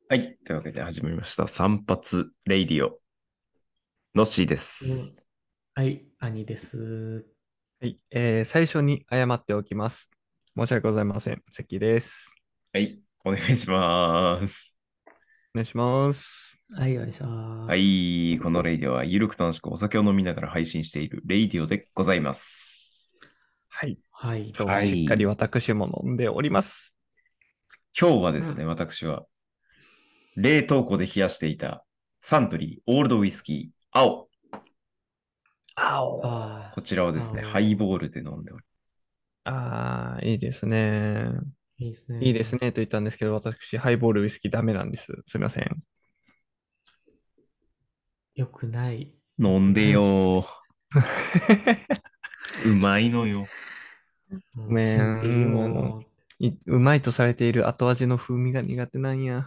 はい。というわけで始まりました。散髪レイディオ、のっしーでうん。 す。 はい、兄です。 はい、最初に謝っておきます。申し訳ございません。関です。 はい。お願いします。 お願いします。 はい、お願いしまはす。 い。このレイディオは、ゆるく楽しくお酒を飲みながら配信しているレイディオでございます。 はい。 はい。 今日はしっかりはい。 私も飲んでおります。 今日はですね、 うん。 私は、冷凍庫で冷やしていたサントリーオールドウイスキー青。 青。 こああ、 ちらをですね、ハイボールで飲んでおりああ、いいですね。 いいですいいですね。 ねと言ったんですけど、私、ハイボールウイスキーダメなんです。すみません。 よくない、よ飲んでくない人で。 よー。うまいのよ。 ごめ飲んでん、 ようまいとされている後味の風味が苦手なんや。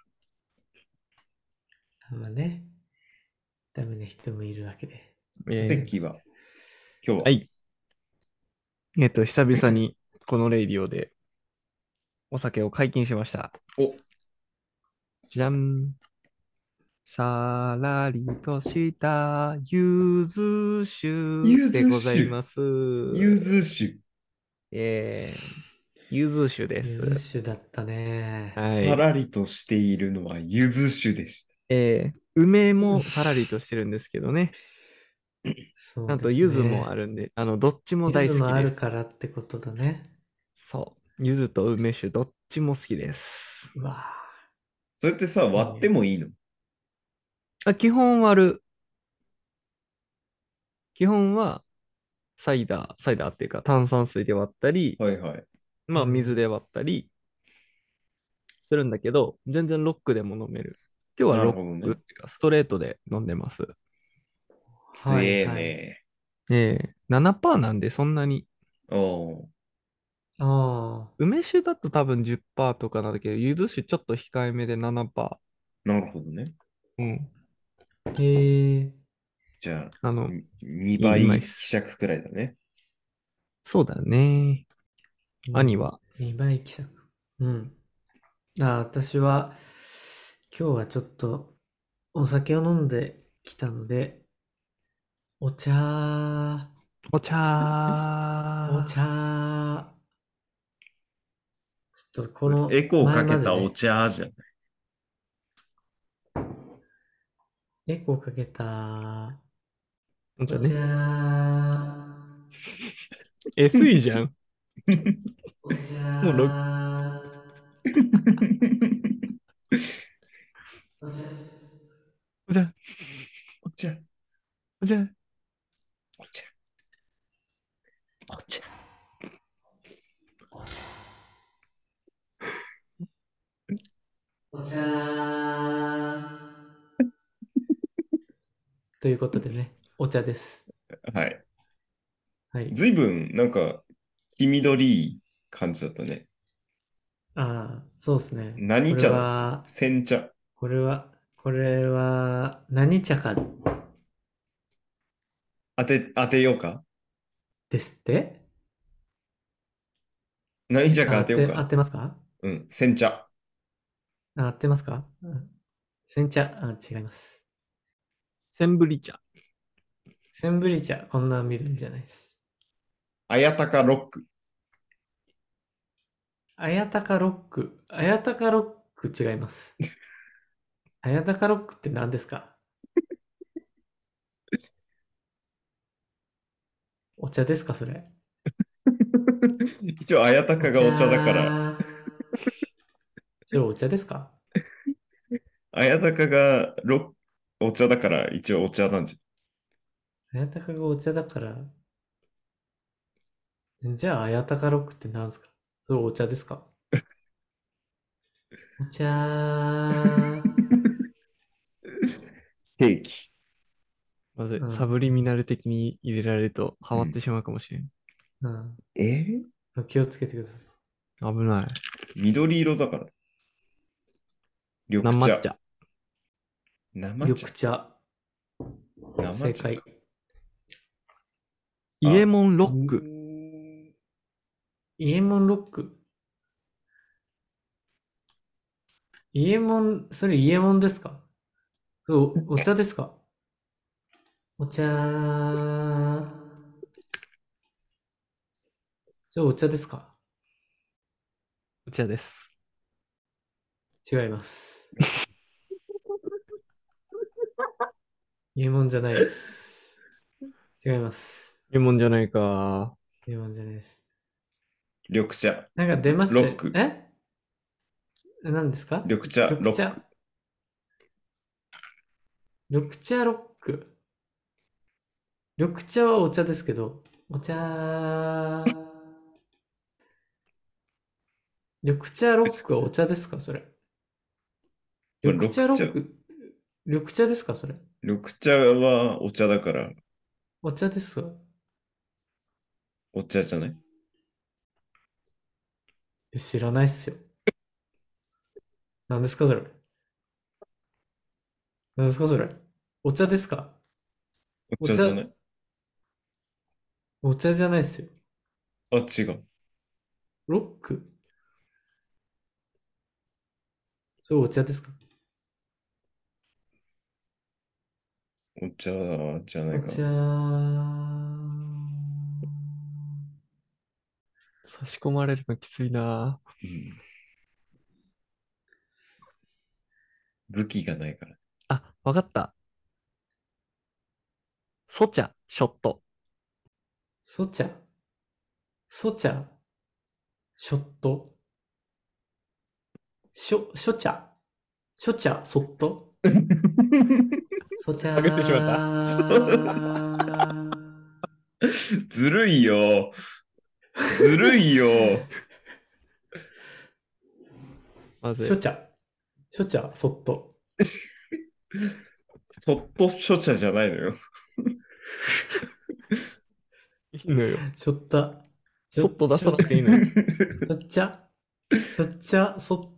ー。まあね、ダメな人もいるわけでございます。 ゼッキーは、今日は、 はい。久々にこのレイディオでお酒を解禁しました。 お、 じゃん。さらりとした柚子酒ゆでございず酒。 ます。 ゆず酒。 柚子酒でゆずす。 酒だったね。 はい。 さらりとしているのはゆず酒でし梅うん。 もさらりとしてるんですけどね。ちゃんとそうです柚子もあね。 るんで、どっちも大ゆずもあ好きです。 るからってことだね。 そう。柚子と梅酒どっちも好きです。 うわそれってさ、 ぁ、いい割ってね。 もいいの？ 基本割る。基本はサイダーっていうか炭酸水で割ったり、 はいはい。 まあ水うん。 で割ったり、するんだけど、全然ロックでも飲める。今日はなるロッほどね。 クっていうか、ストレートで飲んでます。 強はいえはい。 ね。 7%なんでそんなに、 おー、 ああ、 梅酒だと多分10%とかなんだけど、柚子酒ちょっと控えめで7%。 なるほどね。 うん。 へえ、 じゃあ、 あの、 2 うまいっ倍希す。 釈くらいだね。 そうだね。兄は。 2倍希釈。うん。私は、今日はちょっとお酒を飲んできたので、お茶、 お茶おー。 茶、ちょっとこのエコーか前けたおまでね、 茶じゃない。 エコーかけたお茶、 お茶ね。SE じゃん。 おもうろ、 茶、お茶、 お茶、 お茶、 お茶。 お茶、お茶。 お茶ということでね、お茶です。 はい。 はい。 ずいぶん、なんか、黄緑い感じだったね。 そうですね。こ何れ茶なんですか？ は、 煎茶。 これは、何茶か当てようか？ ですって。 何茶か当てようか？ 合ってますか？ うん、煎茶。 合ってますか？煎茶、違います。 センブリ茶。 センブリ茶、こんな緑じゃないです。 綾鷹ロック。 あやたかロック違います。あやたかロックって何ですか？お茶ですかそれ？ 一応、綾お鷹がお茶だから、 茶、それお茶ですか？ 綾鷹がお茶だから、一応お茶なんじあやたかがお茶だから、じゃああやたかロックって何ですか？それお茶ですか？お茶、 ゃん。ケーキ。 まずい、サうん、 ブリミナル的に入れられるとハうん。 マってしまうかもしれん。 うん。 えー気をつけてください。 危ない。 緑色だから。緑茶。 生茶。 生茶。 緑茶、正解。 生茶か。あ、 伊右衛門ロック。 んイエモンロック。 伊右衛門、それ伊右衛門ですか？お茶ですか？お茶、お茶ですか？ こちらです。 違います。伊右衛門じゃないです。違います。 いいもんじゃないか。 伊右衛門じゃないです。 緑茶、 なんか出ましたよ。 ロック、 何ですか？ 緑茶、 緑茶。 ロック。 緑茶ロック。緑茶はお茶ですけど、お茶、緑茶ロックはお茶ですかそれ？ まあ、 緑茶ロック、緑茶ですかそれ？ 緑茶はお茶だからお茶ですか？ お茶じゃない知らないっすよ。何ですかそれ？何ですかそれ？お茶ですか？ おお茶、 茶じゃないお茶じゃないっすよ。 あ、違う。 ロック、それお茶ですか？ お茶じゃないかな。 お茶、 差し込まれるのきついな。 うん。武器がないから。 あ、わかった。ソチャ、ショット。 ソチャ、ソチャ、ショット、ショチャ、ショチャ、ソット、ソチャ探ってしまった。 ー、 ずるいよ。ずるいよ。 まずい。 ショチャ、ショチャ、ソット、 そっと処茶じゃないのよ。 いいのよ。 ショッタ、ショそっと出さなくていいのよ。 ショッチャ、ショッチャ、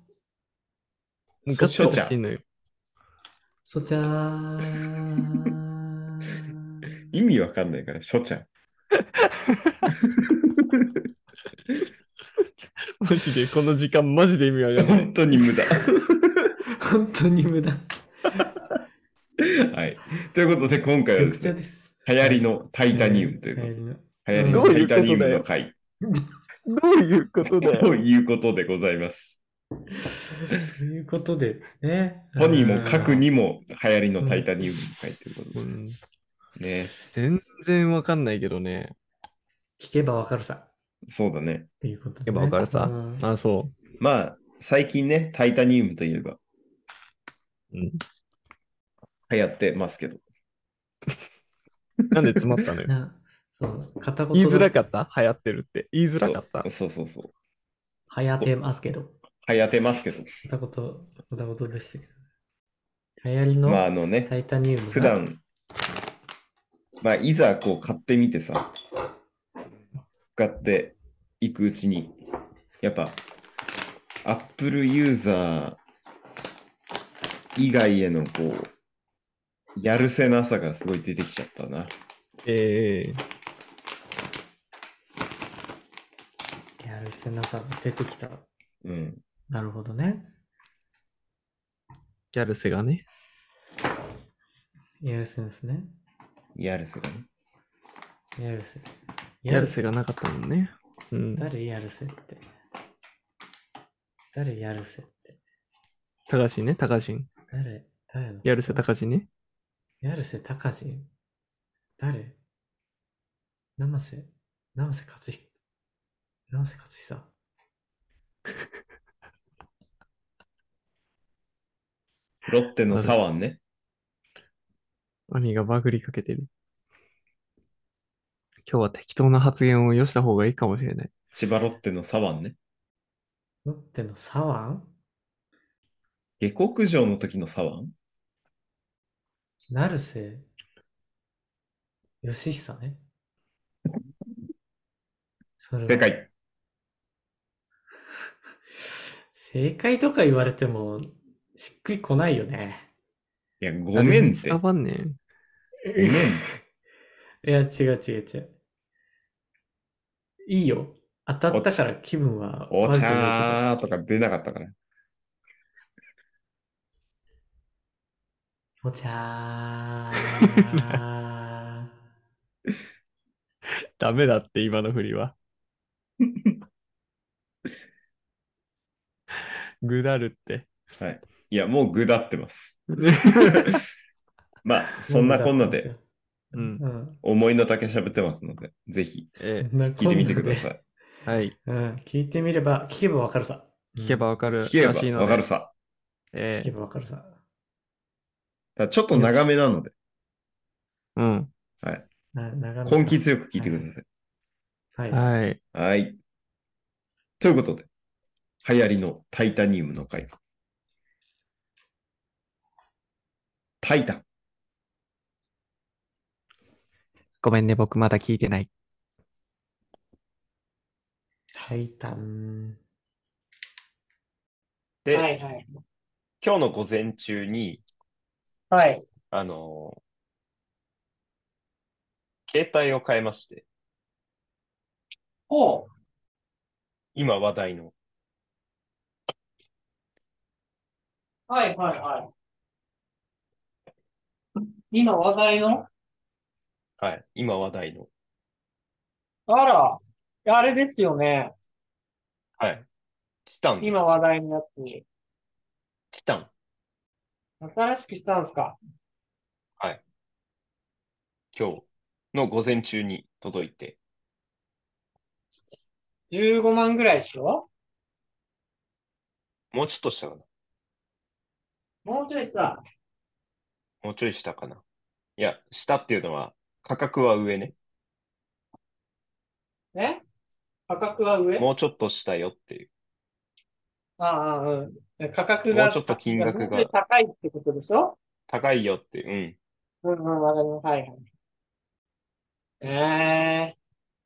ガッツ処茶。 リしていいのよ。 ソチャー、 意味わかんないから、処茶。 マジで、この時間マジで意味わかんない。 本当に無駄。 本当に無駄。 はい。ということで、今回はで緑すね、 茶です。 流行りのタイタニウムということで、 流行りの。 流行りうんのタイタニウムの回どういうことだよ。 ということでございます。 ということでね。 とにもかくにも流行りのタイうんタニウムの回ということでうす。 ん、 ね。 全然わかんないけどね。 聞けばわかるさ。 そうだね。 っていうことで、 やっぱね。 わかるさ。 うんあ、そまあ、最近ね、タイタニウムといえばう。うん。 流行ってますけど。 なんで詰まったのよ。 そう、片言いづ言だとらかった流行ってるって。言いづらかったそうそうそう。 流行ってますけど。 流行ってますけど。 片言でしたけど。流行りまあ、 のね、 タイタニウムが普段、まあ、いざこう買ってみてさ、使っていくうちに、やっぱ、Apple ユーザー以外へのこう、やるせなさがすごい出てきちゃったな。 えやるせなさが出てきた。 うん。 なるほどね。 ギャルセがね。 やるせですね。 やるせがね。 やるせ。 ギャルセがなかったもんね。うん。 誰やるせって。誰やるせって。 高人ね、高人。 誰のやるせ高人ね。 やるせたかじ誰生瀬勝彦。生瀬勝久。 ロッテの左腕ね。 兄がバグりかけてる。今日は適当な発言をよした方がいいかもしれない。 千葉ロッテの左腕ね。 ロッテの左下克上の時の左腕腕成瀬義久ね。それは正解。 正解とか言われてもしっくりこないよね。 いや、ごめんって。 伝わんねん。 ごめん。 いや、違う違う違う。いいよ。当たったから気分はお悪くないけど。 茶とか出なかったから。 お茶ダメだって、今の振りは。ぐだるって。 はい。いや、もうぐだってます。まあ、そんなもう歌こんなでってますよ。 うん。 うん。 思いの丈喋ってますので、ぜひえそんなこ聞いてみてんなで、 ください。 はい。 うん、聞いてみれば、聞けばわかるさ。う聞けばん。 わかる聞けばらしいので。 わかるさ。 聞けえばわかるさ。 ただちょっとよし。 長めなので、 うん。 はい。 長めか。 根気強く聞いはいはい。 てください。 はいはい。 はい。 はい。ということで、流行りのタイタニウムの回。タイタン。 ごめんね、僕まだ聞いてない。 タイタン。 で、 はいはい。 今日の午前中に、 はい。 あの携帯を変えまして、 おう。 今話題の、 はいはいはい。今話題のはい、今話題の、 あら、あれですよね。 はい、チタンで今話す。 題のやつ。 チタン。 新しくしたんですか？ はい、今日の午前中に届いて、 15万ぐらいでしょ？ もうちょっとしたかな。 もうちょいさ、 もうちょいしたかな。いや、下っていうのは、価格は上ね。 え価格は上？ もうちょっとしたよっていう。 ああ、うん。価格もうちょっと金がもうちょい額が高いってことでしょ？ 高いよっていう。 うんうん、わかります。はいはい。え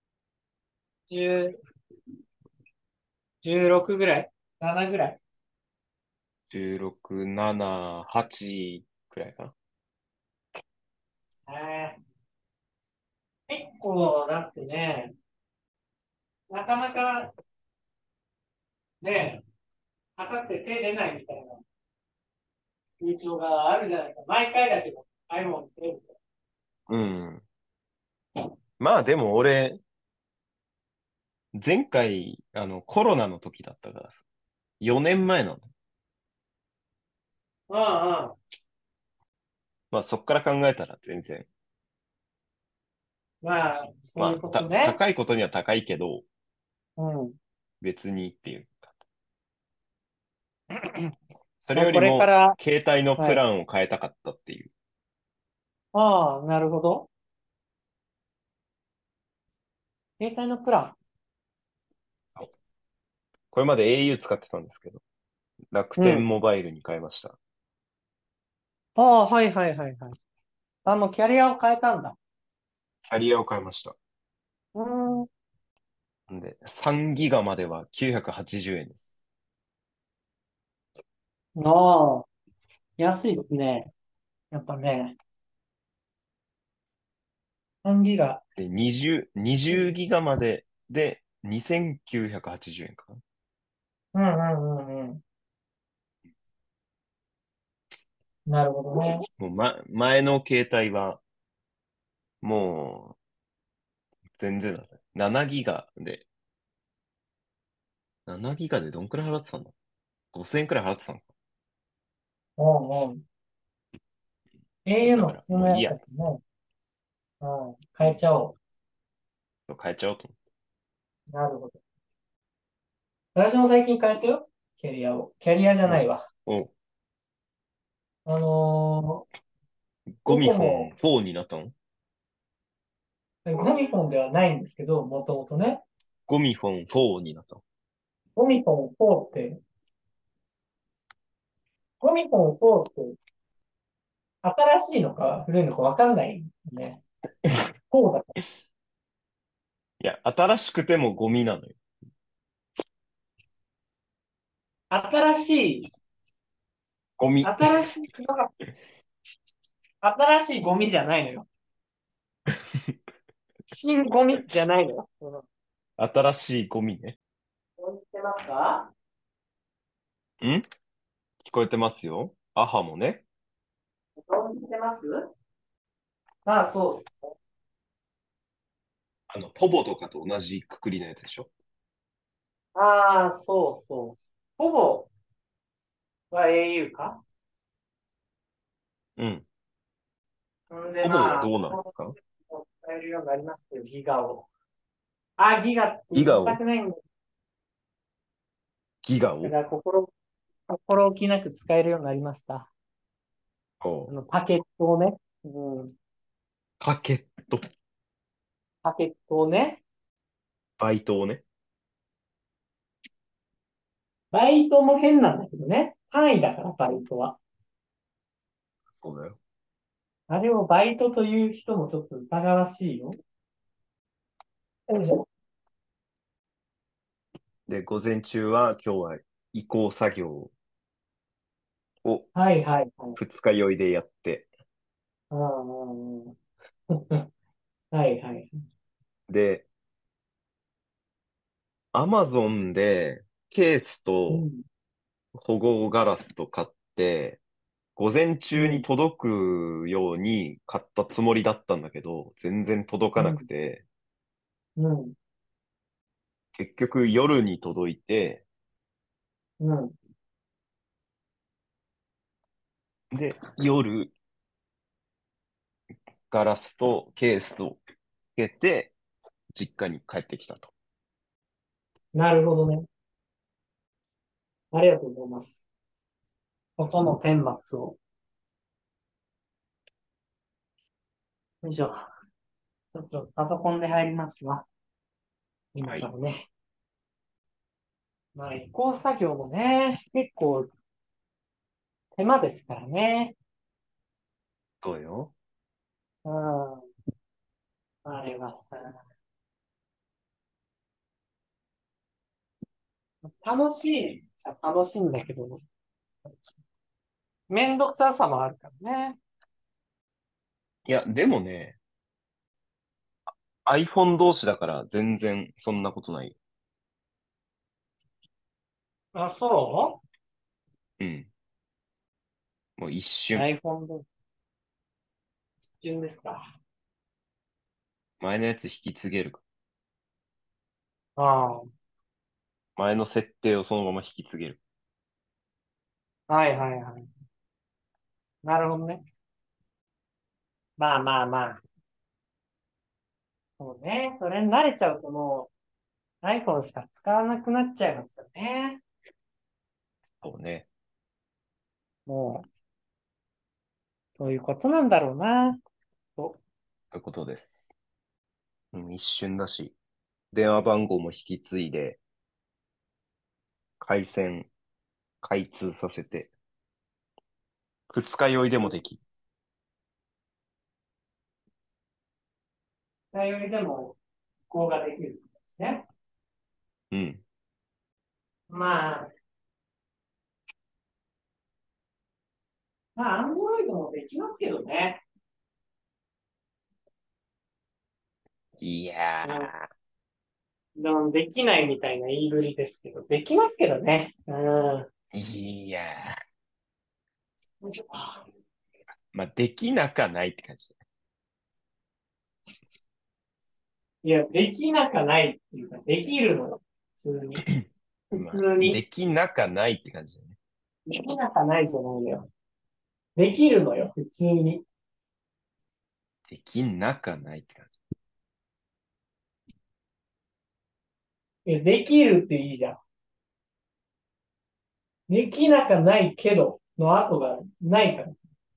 10、16ぐらい？ 7 ぐらい？ うん。16、7、8くらいかな。 え結構、だってね、なかなかね、高くて手出ないみたいな風潮があるじゃないですか。毎回だけど、iPhone 手みたいうん。まあでも俺、前回、コロナの時だったからさ、4年前なの。 な。ああ、 まあそっから考えたら全然。 まあ、そういうまあ、 ことね。 高いことには高いけど、 うん。 別にっていうか。それまあ、こよりも、 れから、 携帯のプはい。 ランを変えたかったっていう。 ああ、なるほど。携帯のプラン。 これまで au 使ってたんですけど、楽うん。 天モバイルに変えました。 ああ、はいはいはいはい。もうキャリアを変えたんだ。 キャリアを変えました。 うーん。 んで、3ギガまでは980円です。 ああ、安いですね。やっぱね、3ギガ。 で、20ギガまで2980円かな。 うんうんうんうん。なるほどね。 もう、前の携帯は、もう、全然だね。7ギガで、7ギガでどんくらい払ってたんだ？ 5000 円くらい払ってたのか。 うんうん。au だから、 の普通のやつだもういいや。 とね、うん、変えちゃお変えちゃおうとう。なるほど。私も最近変えたよ。キャリアを。キャリアじゃな思って。 いわ。 お、ゴドミフォンコモ、 4になったの？ ゴミフォンではないんですけど、もともとね。 ゴミフォン4になったの？ ゴミフォン4って、ゴミフォン4って新しいのか古いのかわかんないね。4だかいや、新しくてもゴミなのよ。 ら。新しい、 ゴミ。 新しいのが、新しいゴミじゃないのよ。新ゴミじゃないのよ。うん。 新しいゴミね。 置いてますか？ 聞こえてますよ。アハもね。 聞いてます？ああ、そうっす。 ポボとかと同じくくりのやつでしょ？ ああ、そうそう。ほぼは au か。 うん。 んで、 ポボはまあ、 どうなんでこすか？ こ使えるようになりましたよ、ギガを。あ、ギガって言いギガをたくないんだ。 ギガをだから心置きなく使えるようになりました。 おうパケットをね。うん。 パケット、 パケットをね。 バイトをね。 バイトも変なんだけどね。単位だから、バイトは。 そうだよ。 あれをバイトという人もちょっと疑わしいよ。よいしょ。 で、午前中は今日は移行作業をはいはいはい。 二日酔いでやって、 ああ、はいはい。 で、アマゾンでケースとうん、 保護ガラスと買って、午前中にうん、 届くように買ったつもりだったんだけど、全然届かなくうん、 て、 うん、 結局夜に届いて、 うん。 で、夜ガラスとケースとつけて、実家に帰ってきたと。 なるほどね。ありがとうございます。音の顛末を。よいしょ。ちょっとパソコンで入りますわ。今はい。 からね。まあ、移行作業もね、結構手間ですからね。 そうよ。 うん。あれはさ、楽しいじゃ楽しいんだけど、めんどくささもあるからね。 いや、でもね、iPhone 同士だから全然そんなことないよ。 あ、そうん。もう一う？ 瞬。 iPhone で順ですか？ 前のやつ引き継げるか。 ああ、 前の設定をそのまま引き継げる。 はいはいはい。なるほどね。まあまあまあ。そうね。それに慣れちゃうともう iPhone しか使わなくなっちゃいますよね。 そうね。 もう、そういうことなんだろうな。と。 そういうことです。うん、一瞬だし、電話番号も引き継いで、回線開通させて、二日酔いでもできる。 頼りでも、移行ができるんですね。 うん。 まあ、Android もできますけどね。 いやうん。でもできないみたいな言いぶりですけど、できますけどね。うん。 いやまあ、できなかないって感じ。 いや、できなかないっていうか、できるのよ。普通に。普まあ、 通に。 できなかないって感じだね。 できなかないじゃないのよ。できるのよ、普通に。 できなかないって感じ。 できるっていいじゃん。できなかないけどの後がないから。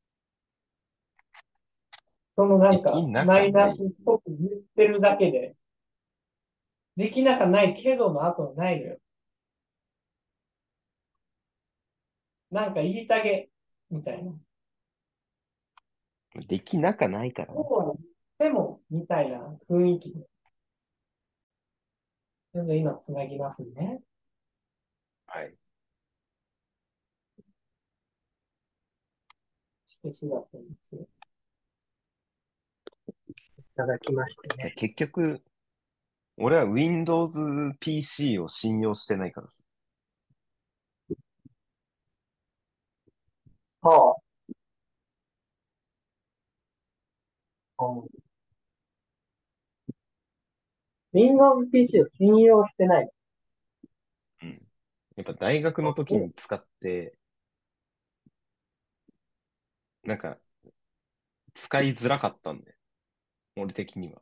そのなんか、 できなマイナスかない。 っぽく言ってるだけで、できなかないけどの後がないのよ。なんか言いたげ、みたいな。 できなかないからね。 そうは言っても、みたいな雰囲気で。ちょっと今つなぎますね。 はい。 して4月にいただきましてね。 結局、俺は Windows PC を信用してないからさ。 はあ。 Windows PC を信用してない。 うん。やっぱ大学の時に使って、なんか使いづらかったんで、俺的には。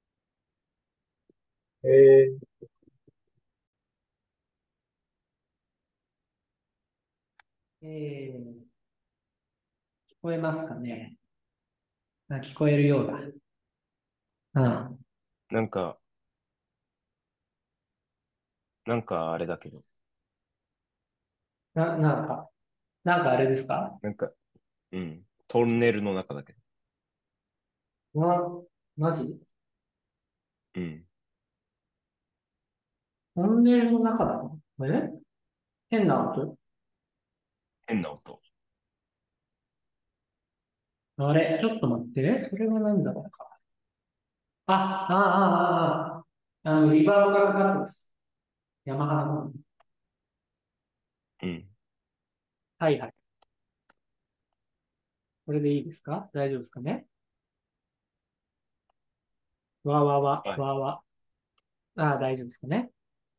へえ。聞こえますかね。聞こえるようだ。うん。 なんか、なんかあれだけど、 なんか、あれですか？ なんか、うん。トンネルの中だけど。 マジ？ うん。 トンネルの中だの？変な音？ 変な音。 あれちょっと待って。それは何だろうか。リバーブがかかってます。ヤマハの方に。 うん。 はいはい。これでいいですか？大丈夫ですかね？わわわ、 はい。 わわ。ああ、大丈夫ですかね？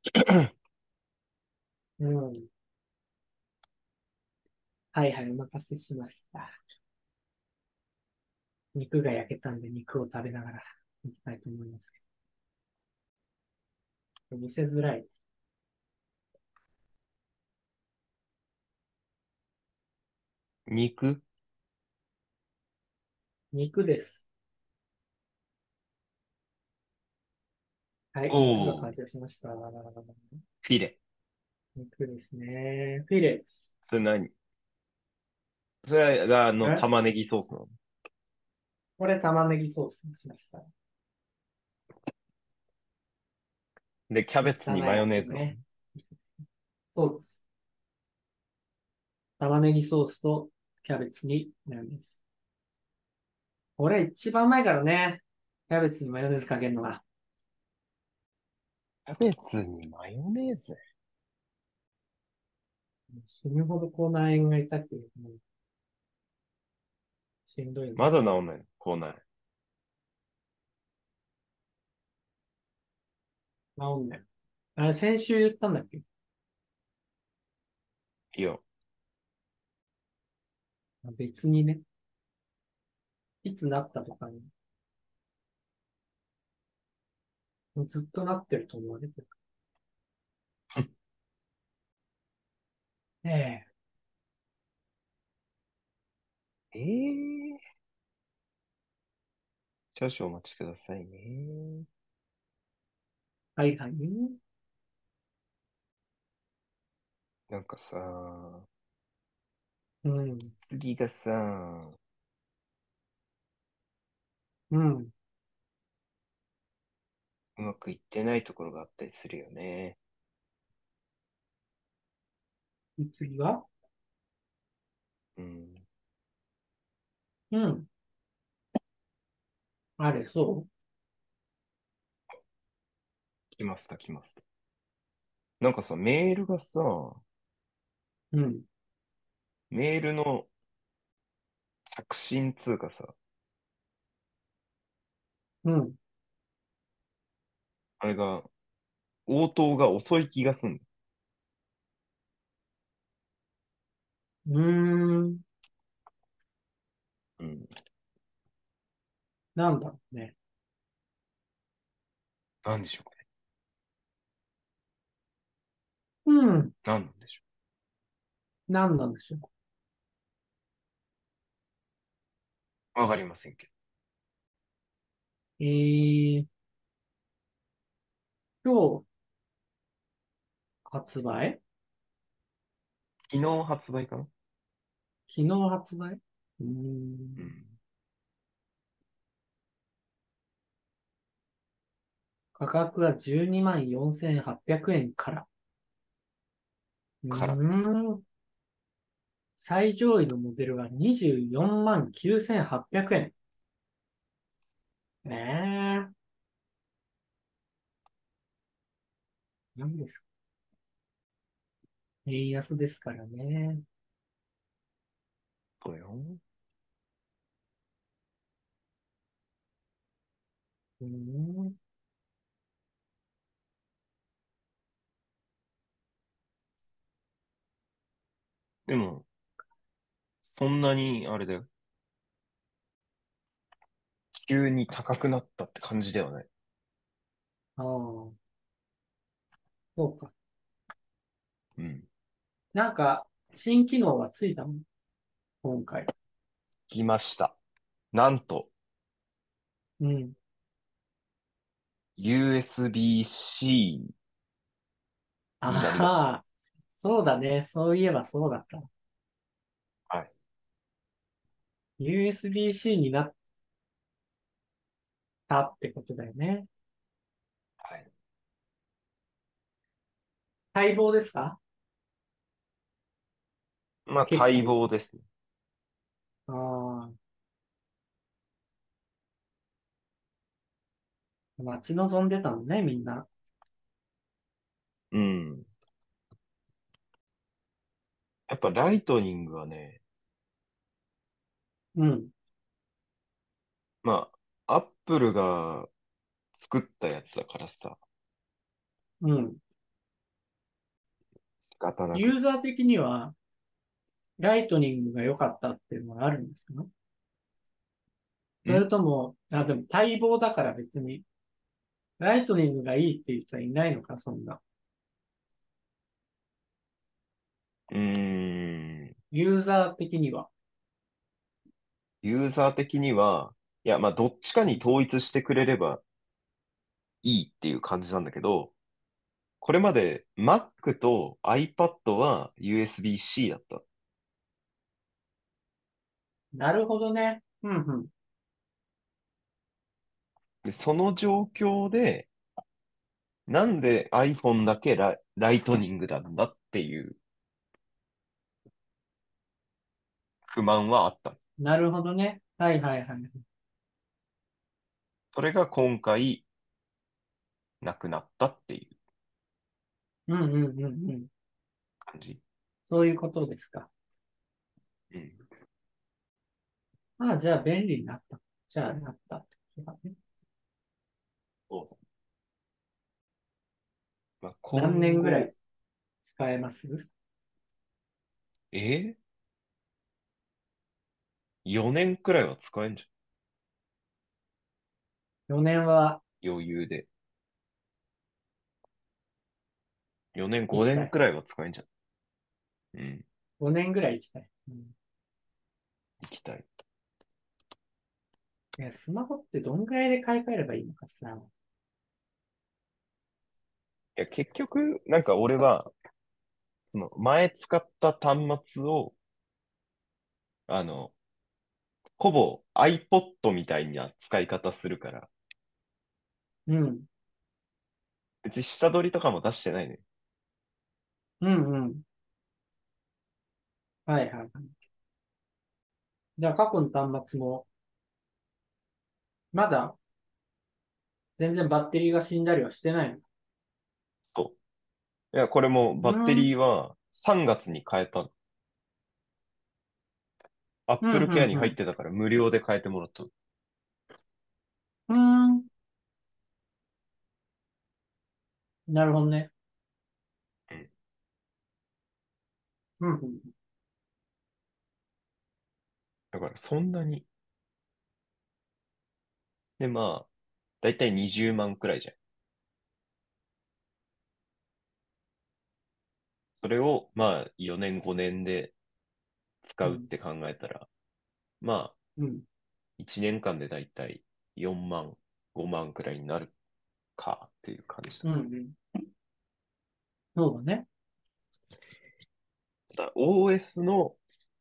うん。はいはい、お待たせしました。肉が焼けたんで肉を食べながら行きたいと思いますけど。見せづらい。 肉。 肉です。はい、肉がおー、 完成しました。 フィレ。 肉ですね。フィレです。 それ何？それがえ玉ねぎソースなの？ これ玉ねぎソースにしました。 で、キャベツにマ汚いやヨネーズなの？ つね。そうです。玉ねぎソースとキャベツにマヨネーズ。これ一番うまいからね。キャベツにマヨネーズかけるのが。 キャベツにマヨネーズ？ 死ぬほど口内炎が痛くて、もうしんどいんだまよ。 だ治んないの口内？ 治んない。あれ、先週言ったんだっけ？ いや、 別にね、いつなったとかに、ずっとなってると思われてる。ええ。 ええー、少々お待ちくださいね。 はいはい。 なんかさ、 うん。 次がさ、 うん。 うまくいってないところがあったりするよね。 次は？ うん。 うん。あれ、そ来ますか、来ますか。なんかさ、メールがさ、 う？うん。 メールの着信通かさ、 うん。 あれが、応答が遅い気がすんの。 うーん。 うん。 なんだろうね。 なんでしょうかね。 うん。 なんなんでしょなんなんでしょう。わかりませんけど。 う。今日発売？ 昨日発売かな？ 昨日発売？うーん。 うん。 価格が12万4800円から。うからですか。 ーん。最上位のモデルが24万9800円。ねえ。何ですか？円安ですからね。 そうよ。 うーん。 でも、そんなに、あれだよ。急に高くなったって感じではない。 ああ、そうか。 うん。 なんか、新機能がついたの今回。 来ました。なんと、 うん。 USB-C になりました。 ああ、そうだね。そういえばそうだった。 はい。 USB-C になったってことだよね。 はい。 待望ですか？ まあ、待結構。 望ですね。 ああ、待ち望んでたのね、みんな。 うん。やっぱライトニングはね、 うん、 まあ、アップルが作ったやつだからさ、 うん。 仕方なく。 ユーザー的には、ライトニングが良かったっていうのはあるんですか？そんれとも、でも待望だから別に、ライトニングがいいっていう人はいないのか、そんな。 うーん。 ユーザー的には。 ユーザー的には、いや、まあ、どっちかに統一してくれればいいっていう感じなんだけど、これまで Mac と iPad は USB-C だった。 なるほどね。うんうん。 で、その状況で、なんで iPhone だけライトニングなんだっていう不満はあった。 なるほどね。はいはいはい。 それが今回なくなったっていううんうんうんうん。 感じ。 そういうことですか。 うん。 じゃあ便利になった。じゃあなったってことだね。 そうまあ、 何年ぐらい今後、 使えます？ え 4 年くらいは使えんじ 4 年はゃん。余裕で。4年、5 行きたい。 年くらいは使えんじゃん。うん。 5年ぐらい行きたい。うん、 行きたい。 スマホってどんぐらいで買い替えればいいのかさ。 いや、結局、なんか俺は、その前使った端末を、あの、ほぼ iPod みたいな使い方するから、 うん。 別に下取りとかも出してないね。 うんうん。はいはいはい。じゃあ過去の端末も、まだ全然バッテリーが死んだりはしてないの？ そう。いや、これもうバッテん。 リーは3月に変えたの。 うん、 Apple う Care ん、 に入ってたから無料で変えてもらったの。 うん。うーん。なるほどね。 うん。 うん、うん。 だからそんなに。で、まあ、だいたい20万くらいじゃん。それを、まあ、4年、5年で使うん、 うって考えたら、まあ、 うん。 1年間でだいたい4万、5万くらいになるかっていう感じだ。 うん。そうだね。 ただ、OS の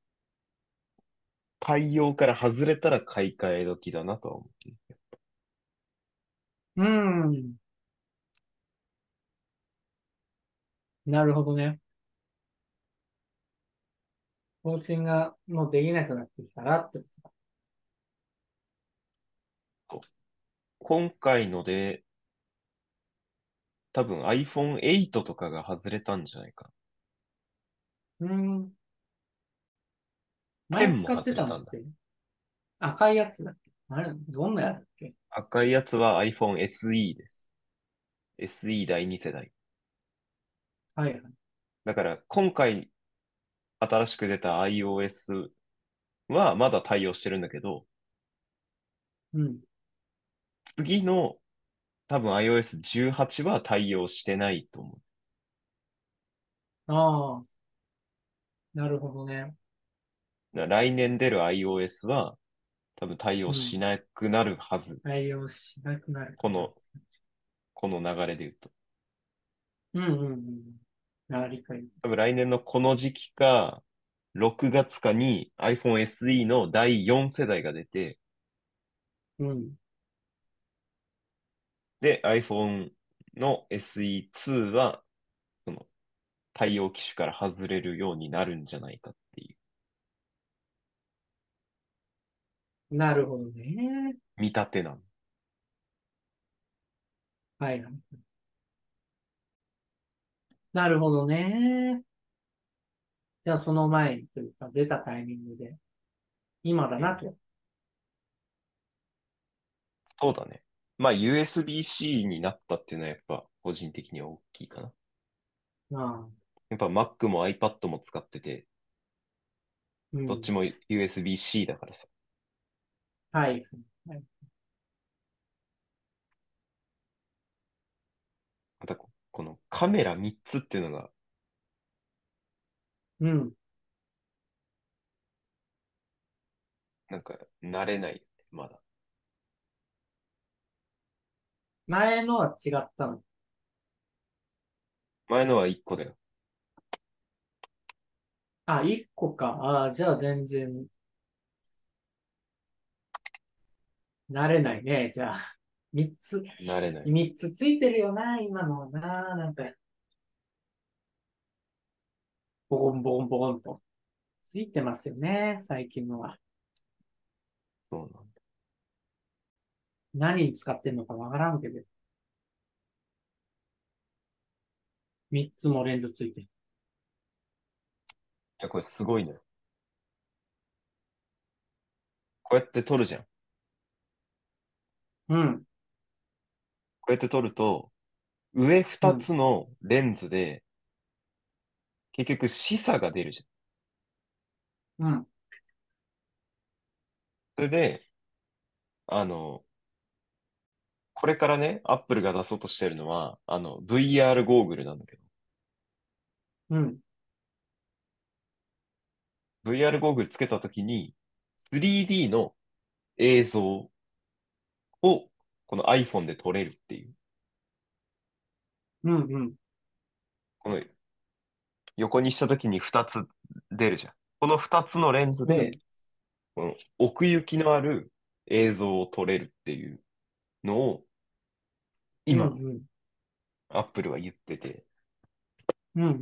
対応から外れたら買い替え時だなとは思ってる。 うん。なるほどね。更新がもうできなくなってきたらってことだ。 今回ので、多分 iPhone 8とかが外れたんじゃないかうん。 な。10も前使って外れたんだ。 たのって赤いやつだっけ？あれ、どんなやつだっけ？ 赤いやつは iPhone SE です。SE 第2世代。 はいはい。 だから今回新しく出た iOS はまだ対応してるんだけど、 うん。 次の多分 iOS18 は対応してないと思ああ、なるほどね。 う。来年出る iOS は多分対応うん。 しなくなるはず。 対応しなくなるかな。 この、この流れで言うと。 うんうんうん。あ、理解。 多分来年のこの時期か、6月かに iPhone SE の第4世代が出て、 うん。 で、iPhone の SE2 は、その対応機種から外れるようになるんじゃないかっていうなるほどね。 見立てなの。 はいはい。なるほどね。じゃあその前にというか、出たタイミングで、今だうん。 なと。 そうだね。まあ USB-C になったっていうのはやっぱ個人的には大きいかな。 ああ、 やっぱ Mac も iPad も使ってて、 うん。 どっちも USB-C だからさ。 はい。はい。 またこのカメラ3つっていうのがうん。 なんか慣れない。まだ。 前のは違ったの。 前のは1個だよ。 あ、一個か。ああ、じゃあ全然慣れないね。じゃあ、三つ、 慣れない。 三つついてるよな、今のはな。なんか、ボコンボコンボコンと。ついてますよね、最近のは。 そうなんだ。 何に使ってんのかわからんけど。三つもレンズついてる。 いや、これすごいね。こうやって撮るじゃん。こうん、 うやって撮ると、上2 うん、 つのレンズで結局視差が出るじゃん。 うん、 それで、あの、これからね、アップルが出そうとしてるのは、VR ゴーグルなんだけど、 うん、 VR ゴーグルつけたときに、3D の映像をこの iPhone で撮れるっていう、 うん、うん、 この横にしたときに2つ出るじゃん。この2つのレンズで、 うん、 この奥行きのある映像を撮れるっていうのを、 うん、 今、 うん、 アップルは言ってて、 うん、うん。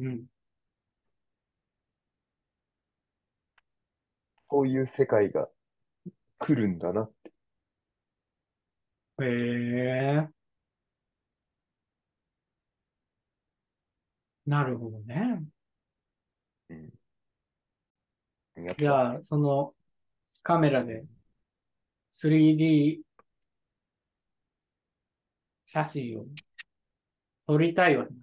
こういう世界が来るんだな。 へえ、なるほどね。 うん。やっぱ、 じゃあ、そのカメラで 3D 写真を撮りたいわけ。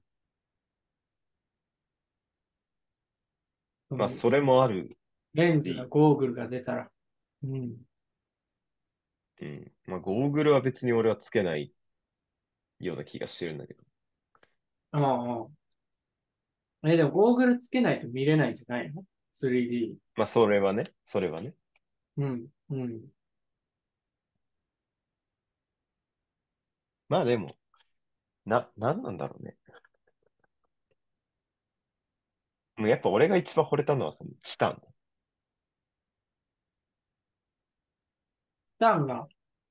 そまあ、 のそれもあるレンズが、 し、 ゴーグルが出たら。うん。 うん。まあ、ゴーグルは別に俺はつけないような気がしてるんだけど。 ああ、でもゴーグルつけないと見れないんじゃないの？ 3D。 まあ、それはね、それはね。 うん、うん、 まあでも、なんなんだろうね。もうやっぱ俺が一番惚れたのはそのチタン。 タンが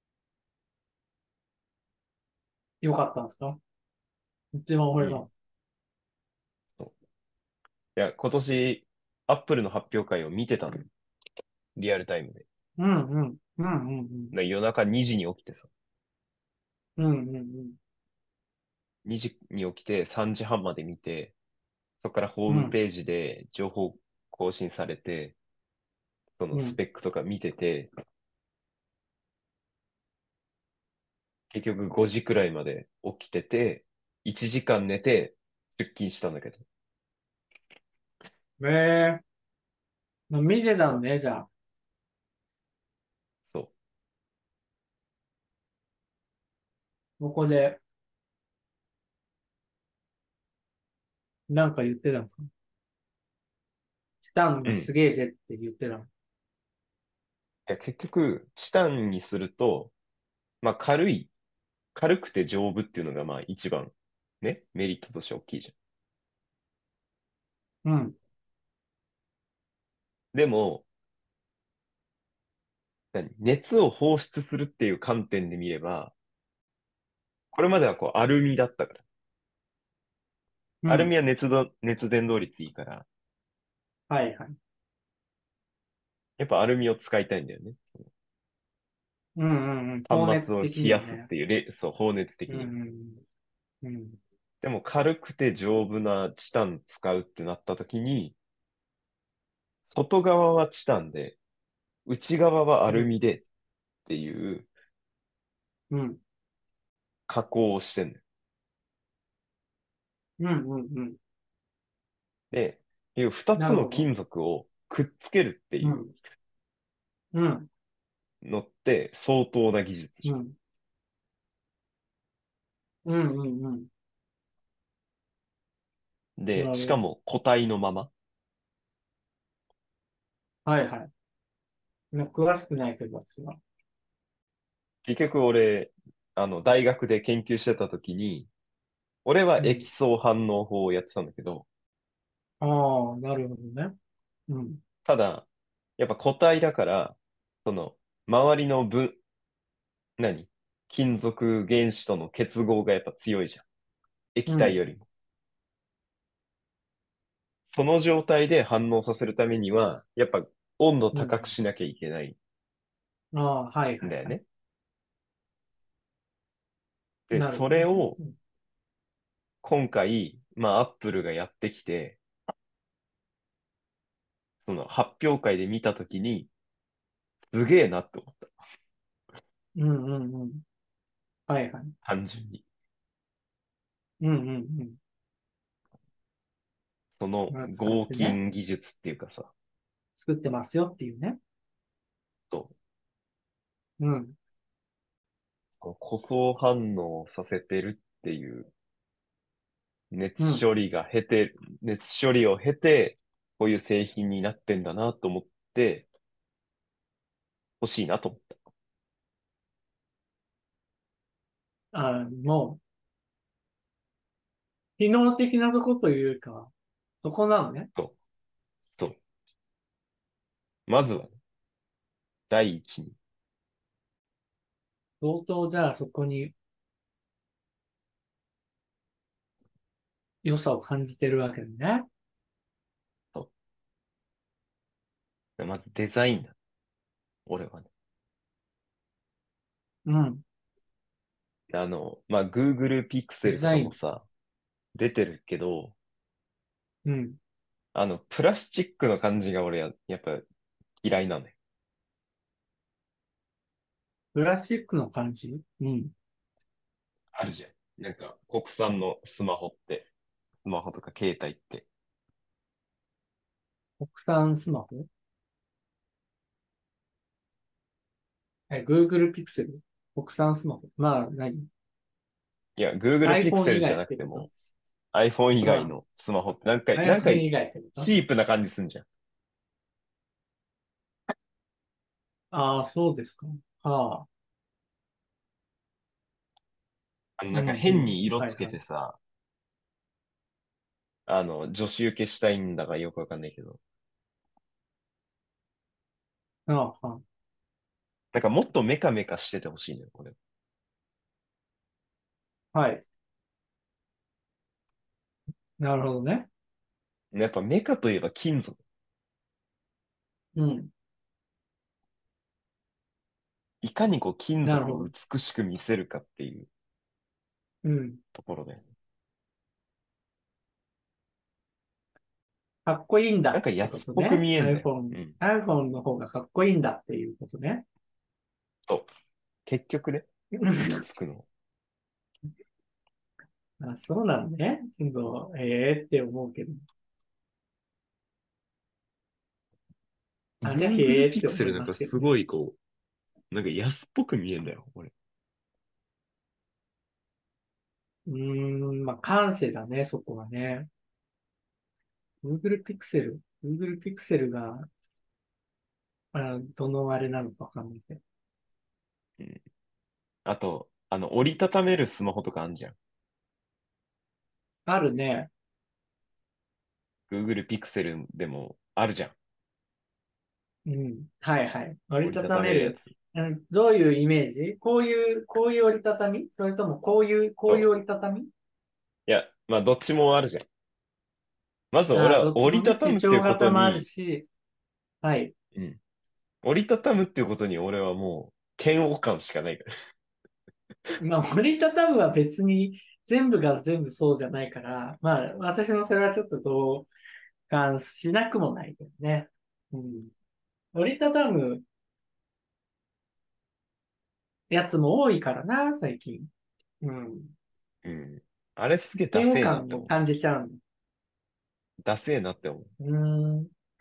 良かったんですか？一番こうん。 れが。 そういや、今年、アップルの発表会を見てたの。リアルタイムで。 うん、うん、うん、うん、 夜中2時に起きてさ。 うん、うん、うん、 2時に起きて3時半まで見て、そこからホーうん、 ムページで情報更新されて、そのうん。 スペックとか見てて、結局5時くらいまで起きてて、1時間寝て出勤したんだけど。 ええ、 見てたのね、じゃあ。 そここで、なんか言ってたのか。チタンう。うん。 がすげえぜって言ってたの。 いや、結局、チタンにすると、まあ軽くて丈夫っていうのがまあ一番、ね、メリットとして大きいじゃん。 うん。 でも、熱を放出するっていう観点で見れば、これまではこうアルミだったから。 うん。 アルミは熱伝導率いいから、 はいはい。 やっぱアルミを使いたいんだよね。そのうんうんうん。放端末を熱的冷やすっにはね。 ていうそう、放熱的うんには。 うんうん。うん。 でも軽くて丈夫なチタン使うってなった時に、外側はチタンで、内側はアうん。 ルミでっていううん。 加工をしてんのよ。 うんうんうん。 で、いう二なるほど。 つの金属をくっつけるっていううん。うん。 のって相当な技術じうん。うんうんうん。 ゃん。で、しかなるほど。 も固体のまま。 はいはい。詳しくないけど、私は。 結局俺、大学で研究してた時に、俺はうん。 液相反応法をやってたんだけど、 ああ、なるほどね。うん。 ただ、やっぱ固体だから、周りの何金属原子との結合がやっぱ強いじゃん。液うん。 体よりも。その状態で反応させるためには、やっぱ温度うん。 高くしなきゃいけないああ、はいはいはい。 んだよね。で、そなるほどね。 れをうん。 今回、まあアップルがやってきて、その発表会で見たときに、すげえなって思った。 うんうんうん。はいはい。 単純に。 うんうんうん。 そのまあ、使っ合てね、 金技術っていうかさ、 作ってますよっていうね。 そううん。 この塗装反応させてるっていううん。 熱処理を経て、こういう製品になってんだなと思って、欲しいなと思った。 もう、機能的なとこというか、そこなのね。 そう、そう。まずはね、第一に。 相当じゃあそこに良さを感じてるわけだね。 そう。まずデザインだ。俺はね。 うん。 まあ、Google デ Pixel とザイン。 かもさ、出てるけど、 うん。 プラスチックの感じが俺はやっぱ嫌いなのよ。 プラスチックの感じ。うん。 あるじゃん。なんか、国産のスマホとか携帯って。 国産スマホ。Google Pixel。国産スマホ。まあ、 いや、Google iPhone 以 Pixel じゃ外ってこと。 なくても、iPhone 以うん。 外のスマホってなんか、なんか iPhone 以外ってこと。 チープな感じすんじゃん。 ああー、そうですか。はあ。 なんかうんうん。 変に色つけはいはい。 てさ、女子受けしたいんだかよくわかんないけど、 ああ、はあ。 なんかもっとメカメカしててほしいのよ、これ。 はい。なるほどね。 やっぱメカといえば金属。 うん。 いかにこう金属をなるほど。 美しく見せるかっていううん。 ところで。 かっこいいんだなんかってこ安っぽくとね。 見えんだよ。 iPhone。 うん。 iPhone の方がかっこいいんだっていうことね。 そう。結局ね、行き着くの。 あ、そうなんね。ちょっと、ええって思うけど。 あ、じゃあ、へえ Google って Pixel 思いなんかすますけどね。 ごいこう、なんか安っぽく見えんだよ、俺。 まあ、感性だね、そこはね。Google Pixel が、どのあれなのかわかんないけど。 うん。あと、折りたためるスマホとかあんじゃん。 あるね。 Google Pixel でもあるじゃん。 うん。はいはい。折りた折りたためる。 ためるやつ。 どういうイメージ？こういう折りたたみ？それともこういうそう。 折りたたみ？ いや、まあ、どっちもあるじゃん。まずああ、 俺はどっちもね。 折りたた手むっていうこ帳型もあるとに、 し、はい。 うん。折りたたむっていうことに俺はもう嫌悪感しかないから。 まあ、折りたたむは別に全部が全部そうじゃないから、まあ、私もそれはちょっと同感しなくもないけどね。うん。折りたたむやつも多いからな、最近。うん。 うん。あれすげえダ嫌悪セえなって思う。 感を感じちゃうの。 ダセえなって思う。 うーん。うん。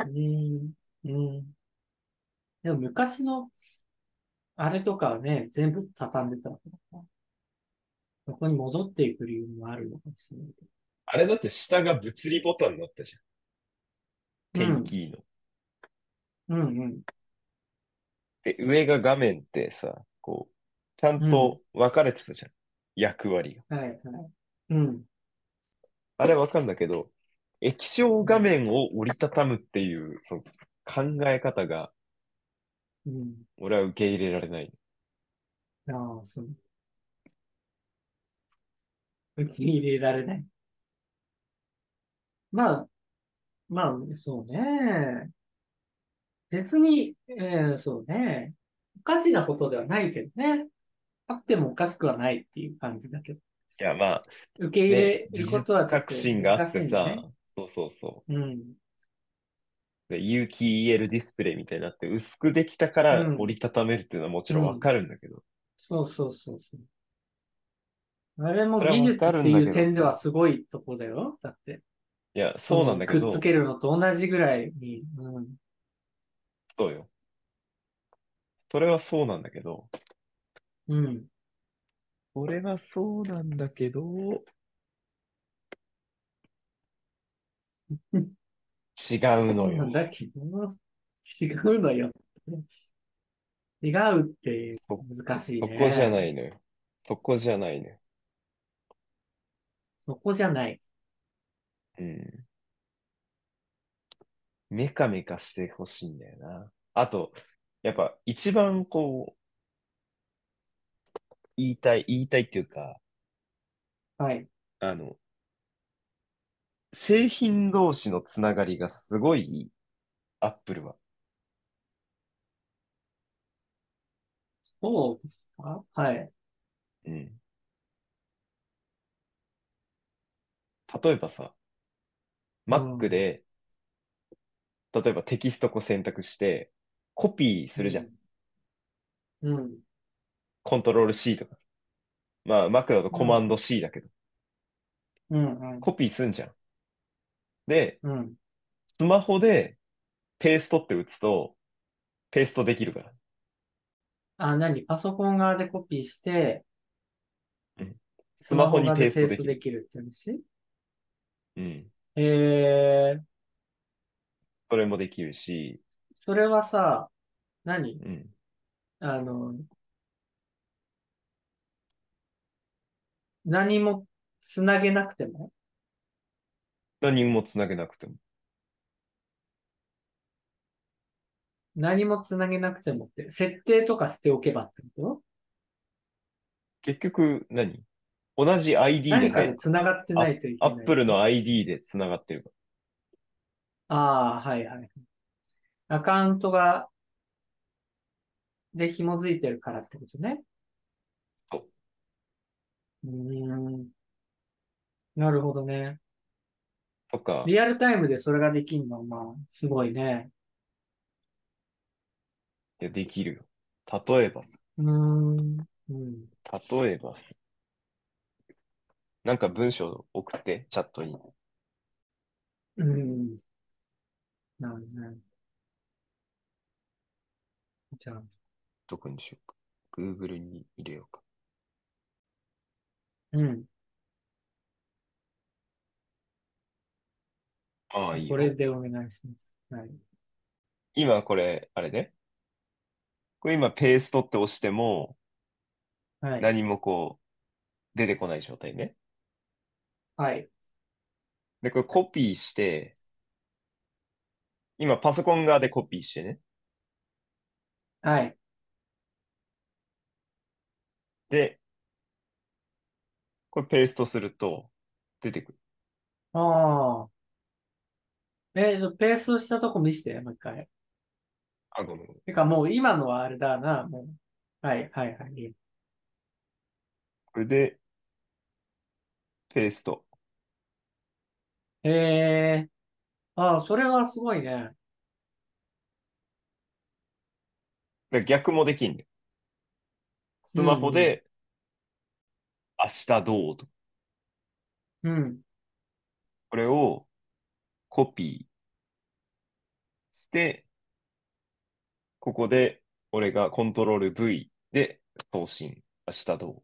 うん。でも昔のあれとかはね、全部畳んでたわけだから。そこに戻っていく理由もあるのかもしれないけあれだって下が物理ボタンになったじゃん。 ど。 ペンキーの。 うん、うん、 で、上が画面ってさ、こう、ちゃんうん。うん。 と分かれてたじゃん。役割が。 はい、はい。うん。 あれわかんだけど、液晶画うん。 面を折りたたむっていう、その考え方が、 うん。 俺は受け入れられない。 ああ、そう。受け入れられない。まあ、まあ、そうね。別に、そうね。おかしなことではないけどね。あってもおかしくはないっていう感じだけど。 いや、まあ、 受け入ね、 れる技ことはちょっ術革と難新があってさ、 しいんだね。 そうそうそうん。 う。で、有機 EL ディスプレイみたいになって薄くできたかうん。 ら折りたためるっていうのはもちろんわうん。 かるんだけど、 そうそうそうそう。あれもそれは技わかるんだ術っていうけどさ、 点ではすごいとこだよ。だって、 いや、そうなんその、 だけど、 くっつけるのと同じぐらいに。うん。 そうよ。それはそうなんだけど、 うん。 それはそうなんだけど、違うのよ。 そうなんだけど、違うのよ。違うってそ、 難しいそこじゃなね。 いのよ。そこじゃないのよ。 そこじゃない。 うん。メカメカしてほしいんだよな。あと、やっぱ一番こう、言いたいっていうか、 はい。 あの、製品同士のつながりがすごいいい。アップルは。 そうですか？はい。 うん。例えばさ、 う Mac ん。 で、例えばテキストこう選択して、コピーするじゃん。 うん。うん。 コントロール C とかさ。まあ、Mac だとうん。 コマンド C だけど、 うん。うん。 コピーすんじゃん。で、 うん。 スマホでペーストって打つと、ペーストできるから。 あ、何パソコン側でコピーして、 うん。 スマスマホにペースホ側でペートできる。 ストできるって話？ うん。 えー、 それもできるし、 それはさ、何？ うん。 あの、何もつなげなくても？ 何もつなげなくても。 何もつなげなくてもって、設定とかしておけばってこと？ 結局同じ ID で何かで入っつながってないといけない。 アップルの ID でつながってるかああ、はいはい。アカウントが、で紐づいてるからってことね。 ら。そううーん、なるほどね。 とか、 リアルタイムでそれができるのは、まあ、すごいね。 いや、できるよ。例えばさ、 うーん、うん、 例えばさ、なんか文章送って、チャットに。 うん、なるほどね。 じゃあ、 どこにしようか。Google に入れようか。 うん。 ああ、いいよ。 これでお願いします。はい。 今これ、あれね。これ今ペーストって押してもはい。 何もこう出てこない状態ね。 はい。 で、これコピーして、今パソコン側でコピーしてね。 はい。 で、これペーストすると出てくる。 ああ。ペーストしたとこ見せて、もう一回。 あ、ごめんごめん。 てか、もう今のはあれだな、もう。はい、はい、はい。 これでペースト。 ええああ、それはすごいね。 で逆もできんね。スマホうん、 で明日どうと。 うん、うん。 これをコピーして、ここで俺がコントロール V で送信。明日どう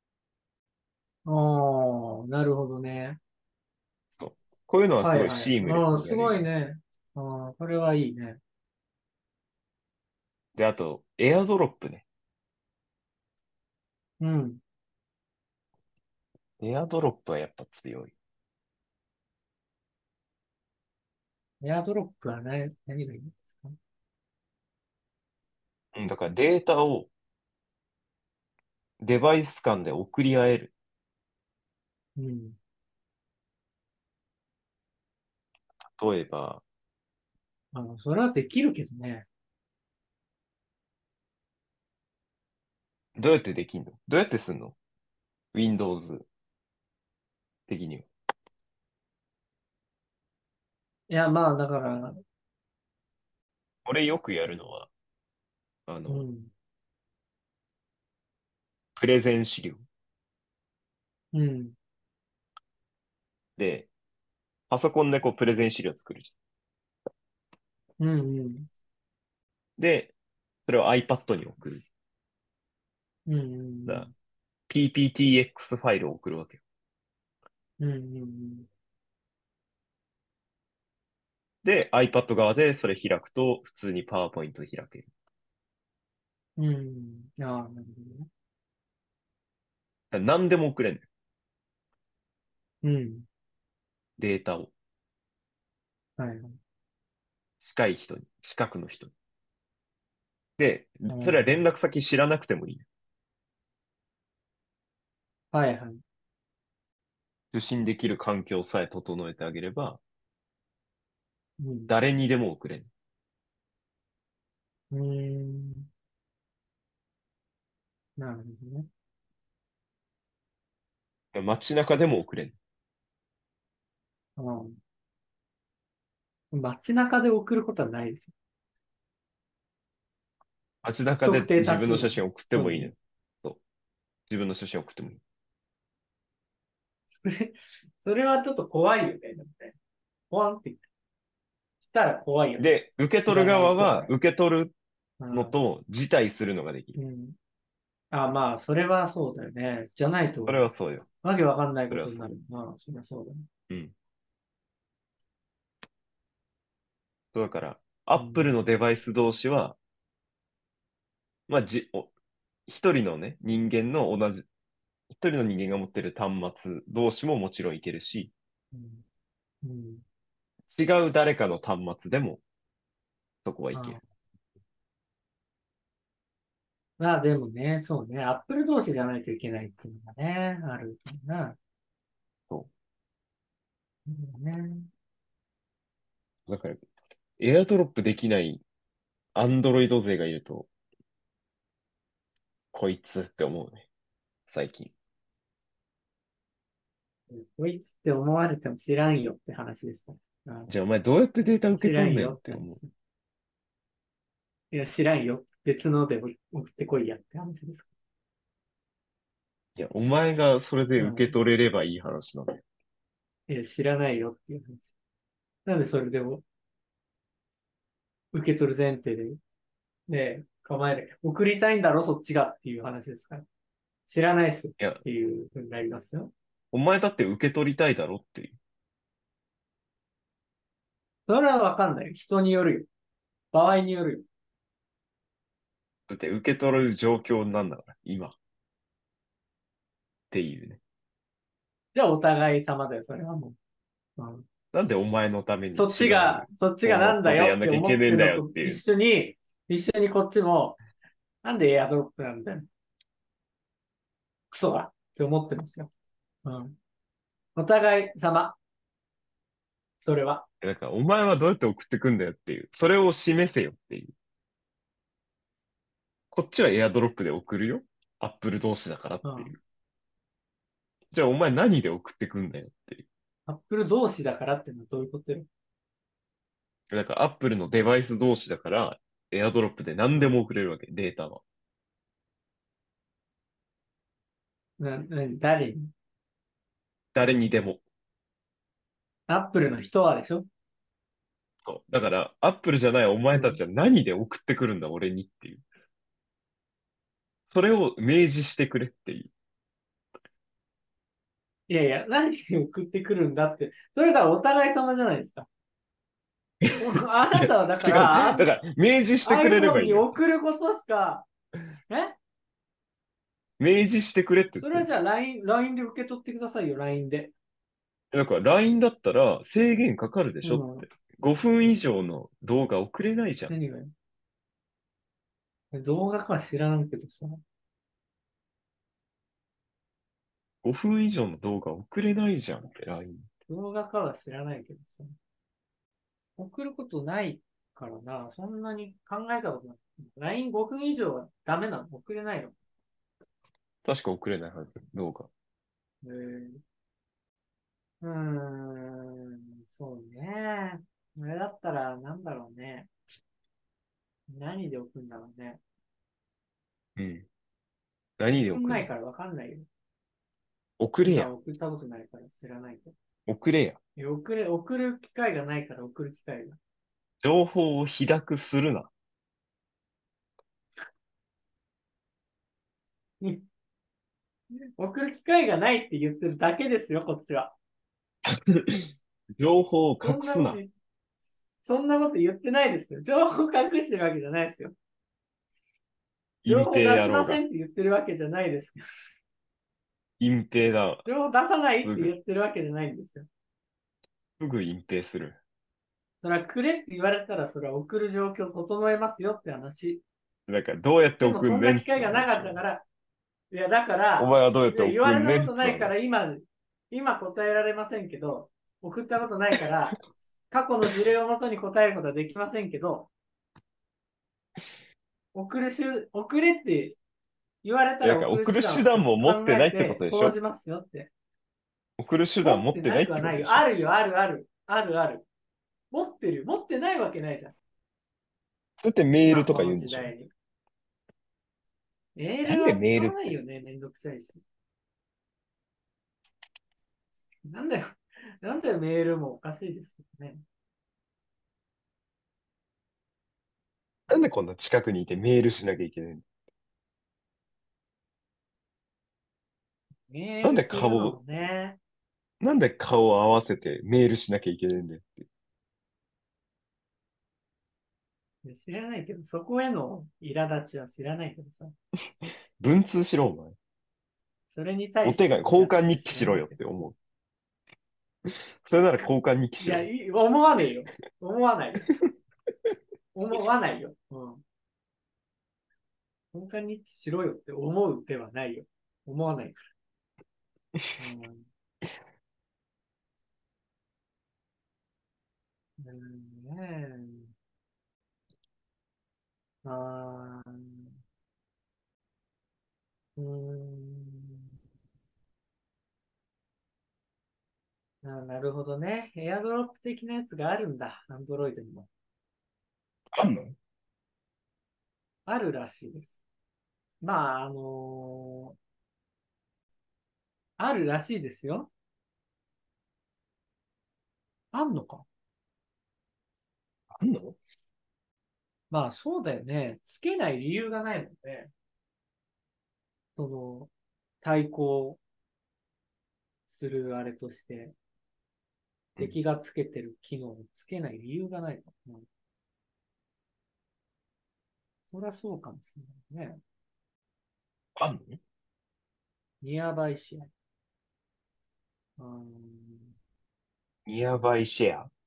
ああ、なるほどね。 と。こういうのはすはい、はい。 ごいシームレスああ、すにやれるよ。 ごいね。ああ、これはいいね。 で、あと、エアドロップね。 うん。 エアドロップはやっぱ強い。 エアドロップは何がいいんですか？ うん、だからデータをデバイス間で送り合える。 うん。 例えば、 それはできるけどね。 どうやってできんの？どうやってすんの？ Windows 的には。 いや、まあ、だから、 俺よくやるのは、あの、 うん、 プレゼン資料うん、 で、パソコンでこうプレゼン資料作るじうん、うん、 ゃん。で、それを iPad に送る。 うん、うだからん、 PPTX ファイルを送るわけよ。 うん、うん、 で、iPad 側でそれ開くと、普通に PowerPoint 開ける。 うん、うん。ああ、なるほどね。 だから何でも送れんのよ。 うん。 データを。 はい、はい。 近い人に、近くの人に。で、 うそれは連ん、 絡先知らなくてもいいのよ。 はい、はい。 受信できる環境さえ整えてあげれば、 うん。 誰にでも送れん。 うーん。なるほどね。 街中でも送れん。 街中で送ることはないですよ。 街不特定中で自多数の分の写真送ってもいいのよ。 人に。 そう。自分の写真送ってもいい。 それはちょっと怖いよね。でもね、ポワンって来たら怖いよね。 で、受け取る知らない側は、 人から。 受け取るうん。 のと辞退するのができる。 うん。まあ、それはそうだよね。じゃないそと、 れはそうよ。 わけわかんないことになそれはそう。 るな。そりゃそうだね。 うん。そうだから、アップルうん。 のデバイス同士は、まあ、一人のね、人間の同じ、一人の人間が持ってる端末同士ももちろんいけるし、 うん。うん。 違う誰かの端末でもそこはいける。 あまあでもね、そうね。アップル同士じゃないといけないっていうのがね、あるかな。 そうんね。 う。だから、エアドロップできないアンドロイド勢がいると、こいつって思うね。最近。 こいつって思われても知らんよって話ですね。 じゃあお前どうやってデータ受知らんけ取んねんよって話。 って思う。 いや、知らんよ。別ので送ってこいやって話です。 いや、お前がそれでうん。 受け取れればいい話なのよ。 いや、知らないよっていう話。なんでそれでも受け取る前提で、ね、 構える。送りたいんだろ、そっちがっていう話ですから。知らないっすよいや、 っていうふうになりますよ。 お前だって受け取りたいだろっていう。 それはわかんない。人によるよ。場合によるよ。 だって受け取る状況なんだから、今。っていうね。 じゃあお互い様だよ、それはもう。うん、 なんでお前のためにそっち違うが、そっちがフォーマなんだットでやんなよって思っきゃいけねえんだてるのとよっていう。 一緒にこっちも、なんでエアドロップなんだよ。クソがって思ってますよ。うん。お互い様。それは。 だから、お前はどうやって送ってくんだよっていう。それを示せよっていう。こっちはエアドロップで送るよ。アップル同士だからっうん。 ていう。じゃあお前何で送ってくんだよっていう。 アップル同士だからっていうのはどういうことよ。 だからアップルのデバイス同士だから、エアドロップで何でも送れるわけ、データは。 誰に誰にでも。 アップルの人はでしょ。 そう。だから、アップルじゃないお前たちは何で送ってくるんだ、俺にっていう。それを明示してくれっていう。 いやいや、何に送ってくるんだって。それがお互い様じゃないですか。あなたはだか違う。 ら、 だから、明示してくれれば iPhone いいんだよ。 に送ることしか、え明示してくれって言ってる。 それはじゃあ LINE で受け取ってくださいよ、LINE で。 だから、LINE だったら制限かかるでしうん。 ょって。5分以上の動画送れないじゃん。 何が動画かは知らんけどさ。 5分以上の動画送れないじゃんって、LINE。 動画かは知らないけどさ。送ることないからな。そんなに考えたことない。LINE 5分以上はダメなの送れないの。 確か送れないはず、動画。 そうね。あれだったら、なんだろうね。何で送るんだろうね。 うん。何で送ん送るの？ ないからわかんないよ。 送れや。 送ったことないから知らないけど。 送れや。 送る機会がないから送る機会が。 情報を被諾するな。 送る機会がないって言ってるだけですよ、こっちは。 情報をそ隠すな。 んなこと言、そんなこと言ってないですよ。情報隠してるわけじゃないですよ。情隠報出しま蔽野郎が。 せんって言ってるわけじゃないです。 隠蔽だ。 情報出さないって言すぐ、 ってるわけじゃないんですよ。 すぐ隠蔽する。 それはくれって言われたら、それは送る状況を整えますよって話。 だから、どうやってでも送んねんっそんな機会つう話よ。 がなかったから、いや、だから、 お前はどうやってで言われた送んねんっことないからつう話。 今答えられませんけど、送ったことないから、過去の事例をもとに答えることはできませんけど、送れって言われただから、 ら送る送る手手段を段も持っ考てないってことえてでしょ？ 講じますよって。 送る手段持って持ってなないってことでしょ？ あるよ、あるある。あるある。持ってる。持ってないわけないじゃん。 だってメールと今このか言うんでしょ？ 時代に。メーなんでルは使メールって。 わないよね。めんどくさいし。なんだよ。なんだよ、メールもおかしいですけどね。 なんでこんな近くにいてメールしなきゃいけないの？なんでメールするの顔、 もね。 なんで顔を合わせてメールしなきゃいけないんだよって。 知らないけど、そこへの苛立ちは知らないけどさ。 文通しろ、お前。 それに対お手紙、 しての交換日苛立ちは知ら記しろよないけどさ。 って思う。それなら交換日記いや、 しろよ。 思わねえよ。思わないよ。思わないよ。うん。交換日記しろよって思うではないよ。思わないから。ねえ。うーん。なるほどね。エアドロップ的なやつがあるんだ。アンドロイドにも。 あんの？ あるらしいです。まあ、あるらしいですよ。あんのか。 あんの？ まあそうだよね。つけない理由がないもんね。その、対抗するあれとして、 うん敵がつけてる機能をつけない理由がないからな。そりゃそうかもしれないね。 あんのニアバイシェア。うーん。 ニアバイシェア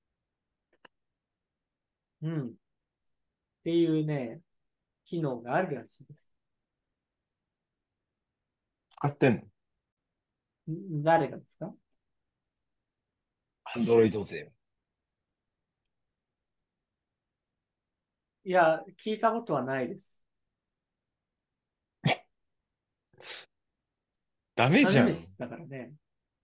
うん。っていうね、機能があるらしいです。 使ってんの？ 誰がですか？ アンドロイド勢。 いや、聞いたことはないです。 ダメじゃん。 初めて知ったからね。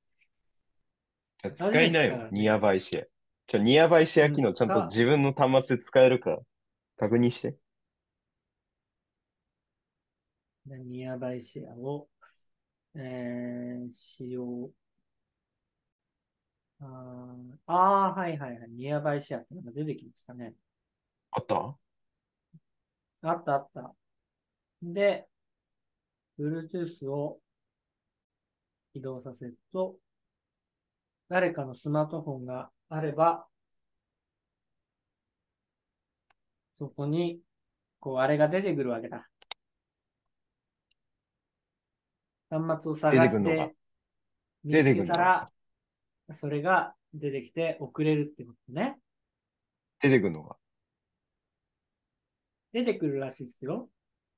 初使いなよ。 めて知ったからニアね。 バイシェア。ニアバイシェアうん、 機能ちゃんと自分の端末で使えるか確認して。 ニアバイシェアを、使用。はいはいはい。ニアバイシェアってのが出てきましたね。 あった？ あったあった。で、Bluetooth を起動させると、誰かのスマートフォンがあれば、そこに、こう、あれが出てくるわけだ。端末を出てくんのか。 探して見つ出てくんのか。 けたら、それが出てきて送れるってことね。 出てくんのか。 出てくるらしいですよ。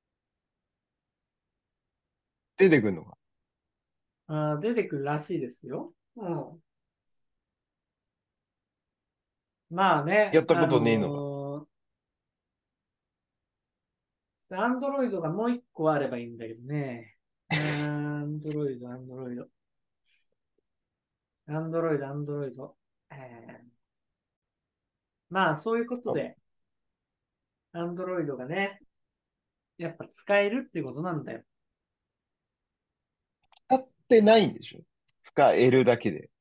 出てくんのか。 出てくるらしいですよ。うん。まあね、 やったことねえのか。 アンドロイドがもう一個あればいいんだけどね。アンドロイド、アンドロイド。アンドロイド、アンドロイド。えーまあ、そういうことで、アンドロイドがね、やっぱ使えるってことなんだよ。 使ってないんでしょ？使えるだけで。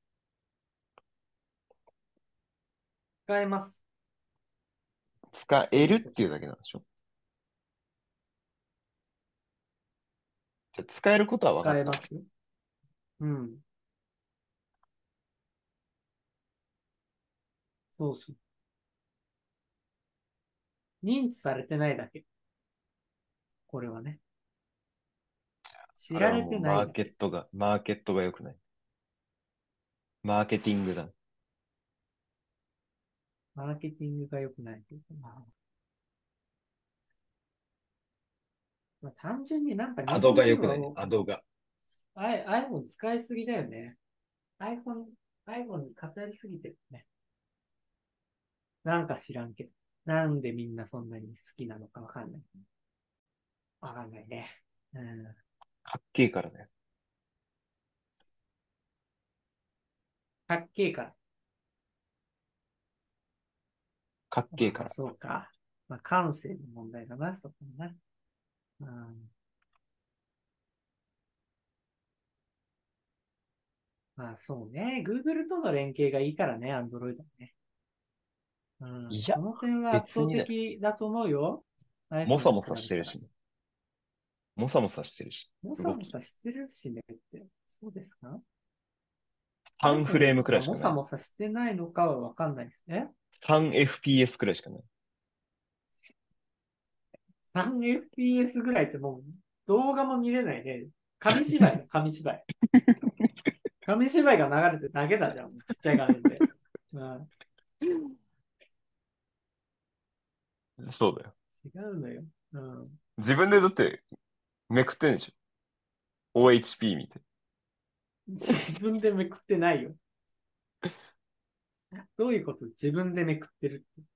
使えます。 使えるっていうだけなんでしょ？じゃあ使えることは分かった。 使えますよ。うん。そうそう。認知されてないだけ。これはね。知それられてはもうマーないだけ。 ケットが、マーケットが良くない。マーケティングだ。 マーケティングが良くないというか、まあ単純になんか日アド本が良くないね。 人はアドが。 iPhone 使いすぎだよね。iPhone に偏りすぎてるね。なんか知らんけど。なんでみんなそんなに好きなのかわかんない。わかんないね。うん。 かっけえからね。 かっけえから。 かっけえまあから。 そうか。まあ感性の問題だな、そこな。うん。まあそうね。Google との連携がいいからね、Android ね。うん。 いや、 その点は圧倒別にだよ。 的だと思うよ。 も iPhone にさもさし比べたら。 てるしね。もさもさしてるし。 もさも動き。 さしてるしねって。そうですか？ 3フレーム iPhone くらいしかない。 がもさもさしてないのかはわかんないですね。 3fps くらいしかない。 3fps ぐらいってもう動画も見れないね。紙芝居だ、紙芝居。紙芝居が流れてるだけだじゃん。ちっちゃい画面で。うん、 そうだよ。 違うのよ。うん。 自分でだってめくってんでしょ？ OHP 見て。 自分でめくってないよ。どういうこと？自分でめくってるっ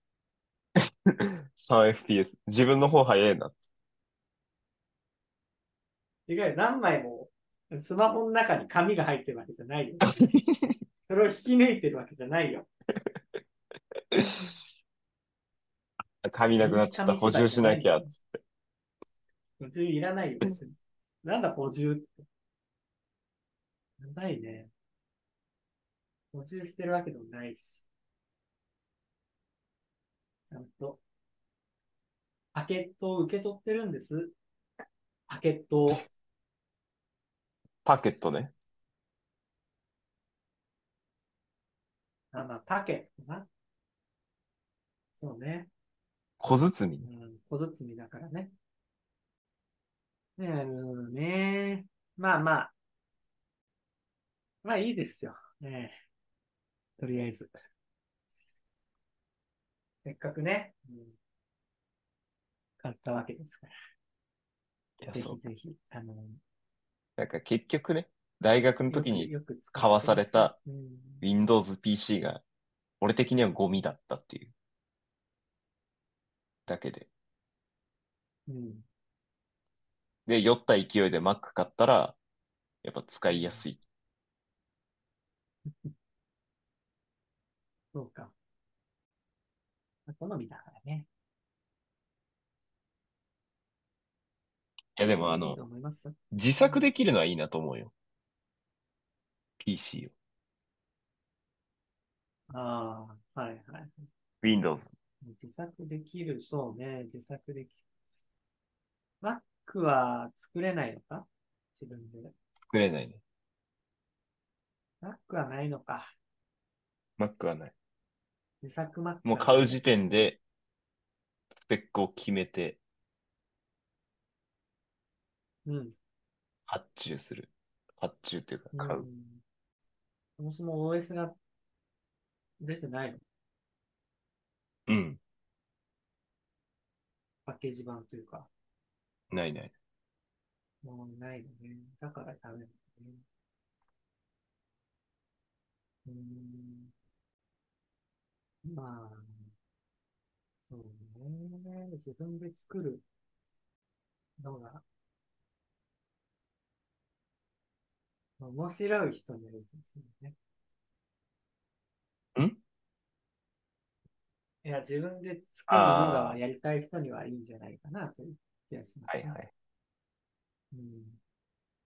3fps。自分の方早いな。 て。違うよ。何枚もスマホの中に紙が入ってるわけじゃないよ。それを引き抜いてるわけじゃないよ。 紙なくミなっちゃった。 ニ紙芝居じゃ補充しないですよ。 なきゃ。 補充いらないよ、別に。なんだ補充って。ないね。補充してるわけでもないし。ちゃんとパケットを受け取ってるんです。パケットを。 パケットね。 まあ、パケットな。そうね。 小包ね。 小包だからね。ね。まあまあ、まあいいですよ。とりあえず。せっかくね、買ったわけですから。 いや、 ぜそう。 ひぜひ、 なんか結局ね、大学のよく時によく使っ買わてください。 された Windows PC が、俺的にはゴミだったっていうだけで。 うん。 で、酔った勢いで Mac 買ったら、やっぱ使いやすい。 そうか。好みだからね。 いや、でもいいと思います。 自作できるのはいいなと思うよ。PC を。 ああ、はいはい。 Windows。 自作できる、そうね。自作できる。Mac は作れないのか自分で。 作れないね。 Mac はないのか。 Mac はない。 自作 Mac もうはないのか。 買う時点でスペックを決めてうん。 発注する。発注っていうかう買う。 ん。そもそも OS が出てないのうん。 パッケージ版というか。 ないない。 もうないのね。だからダメだね。うん。まあ、そうね。自分で作るのが面白い人によるんですよね。 んいや、自分で作るのがああやりたい人にはいいんじゃないかなという気がしますね。 はいはい。 うん